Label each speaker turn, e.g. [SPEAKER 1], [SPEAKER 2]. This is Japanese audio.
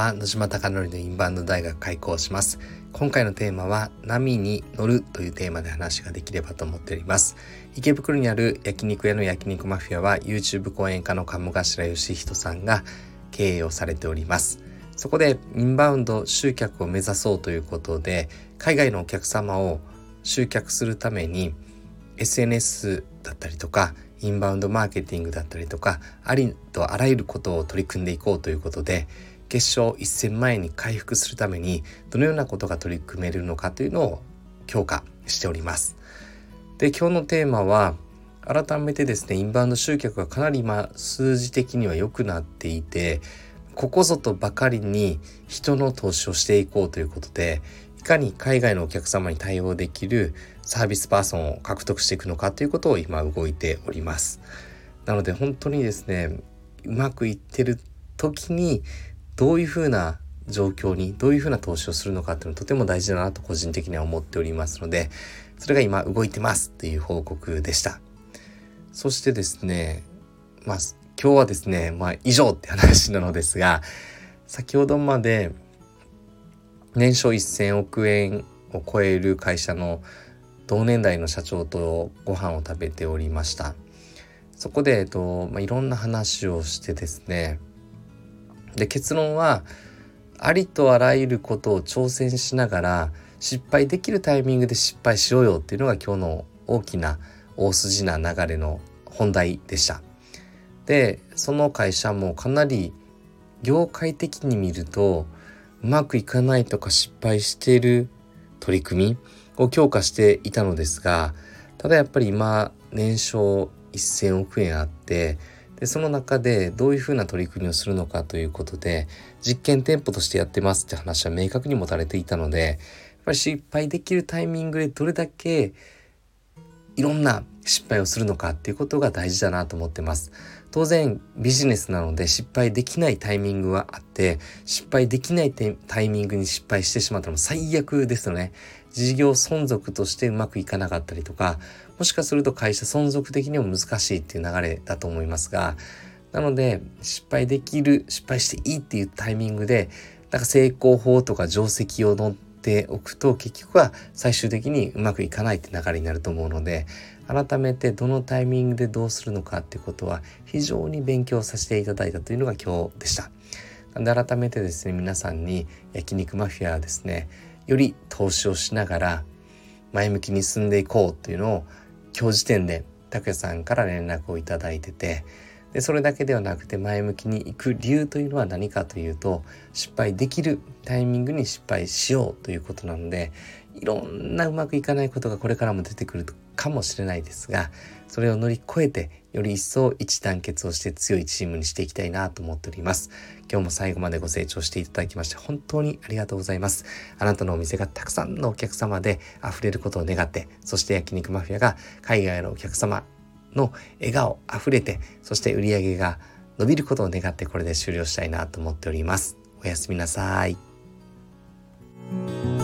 [SPEAKER 1] は。野島貴則のインバウンド大学開講します。今回のテーマは波に乗るというテーマで話ができればと思っております。池袋にある焼肉屋の焼肉マフィアは YouTube 講演家の鴨頭義人さんが経営をされております。そこでインバウンド集客を目指そうということで、海外のお客様を集客するために SNS だったりとかインバウンドマーケティングだったりとか、ありとあらゆることを取り組んでいこうということで、月賞1000万円に回復するためにどのようなことが取り組めるのかというのを強化しております。で、今日のテーマは改めてですね、インバウンド集客がかなり数字的には良くなっていて、ここぞとばかりに人の投資をしていこうということで、いかに海外のお客様に対応できるサービスパーソンを獲得していくのかということを今動いております。なので本当にですね、うまくいってる時にどういうふうな状況にどういうふうな投資をするのかっていうのはとても大事だなと個人的には思っておりますので、それが今動いてますっていう報告でした。そしてですね、今日はですね、以上って話なのですが、先ほどまで年商1000億円を超える会社の同年代の社長とご飯を食べておりました。そこで、いろんな話をしてですね、で結論はありとあらゆることを挑戦しながら失敗できるタイミングで失敗しようよっていうのが今日の大きな大筋な流れの本題でした。で、その会社もかなり業界的に見るとうまくいかないとか失敗している取り組みを強化していたのですが、ただやっぱり今年商1000億円あって、でその中でどういうふうな取り組みをするのかということで実験店舗としてやってますって話は明確に持たれていたので、やっぱり失敗できるタイミングでどれだけいろんな失敗をするのかっていうことが大事だなと思ってます。当然ビジネスなので失敗できないタイミングはあって、失敗できないタイミングに失敗してしまったらもう最悪ですよね。事業存続としてうまくいかなかったりとか、もしかすると会社存続的にも難しいっていう流れだと思いますが、なので失敗していいっていうタイミングで成功法とか定石を乗っておくと結局は最終的にうまくいかないって流れになると思うので、改めてどのタイミングでどうするのかっていうことは非常に勉強させていただいたというのが今日でした。なので改めてですね、皆さんに焼肉マフィアはですね、より投資をしながら前向きに進んでいこうというのを今日時点で拓也さんから連絡をいただいてて、でそれだけではなくて前向きにいく理由というのは何かというと、失敗できるタイミングに失敗しようということなので、いろんなうまくいかないことがこれからも出てくるかもしれないですが、それを乗り越えてより一層一致団結をして強いチームにしていきたいなと思っております。今日も最後までご清聴していただきまして本当にありがとうございます。あなたのお店がたくさんのお客様で溢れることを願って、そして焼肉マフィアが海外のお客様の笑顔あふれて、そして売り上げが伸びることを願ってこれで終了したいなと思っております。おやすみなさい。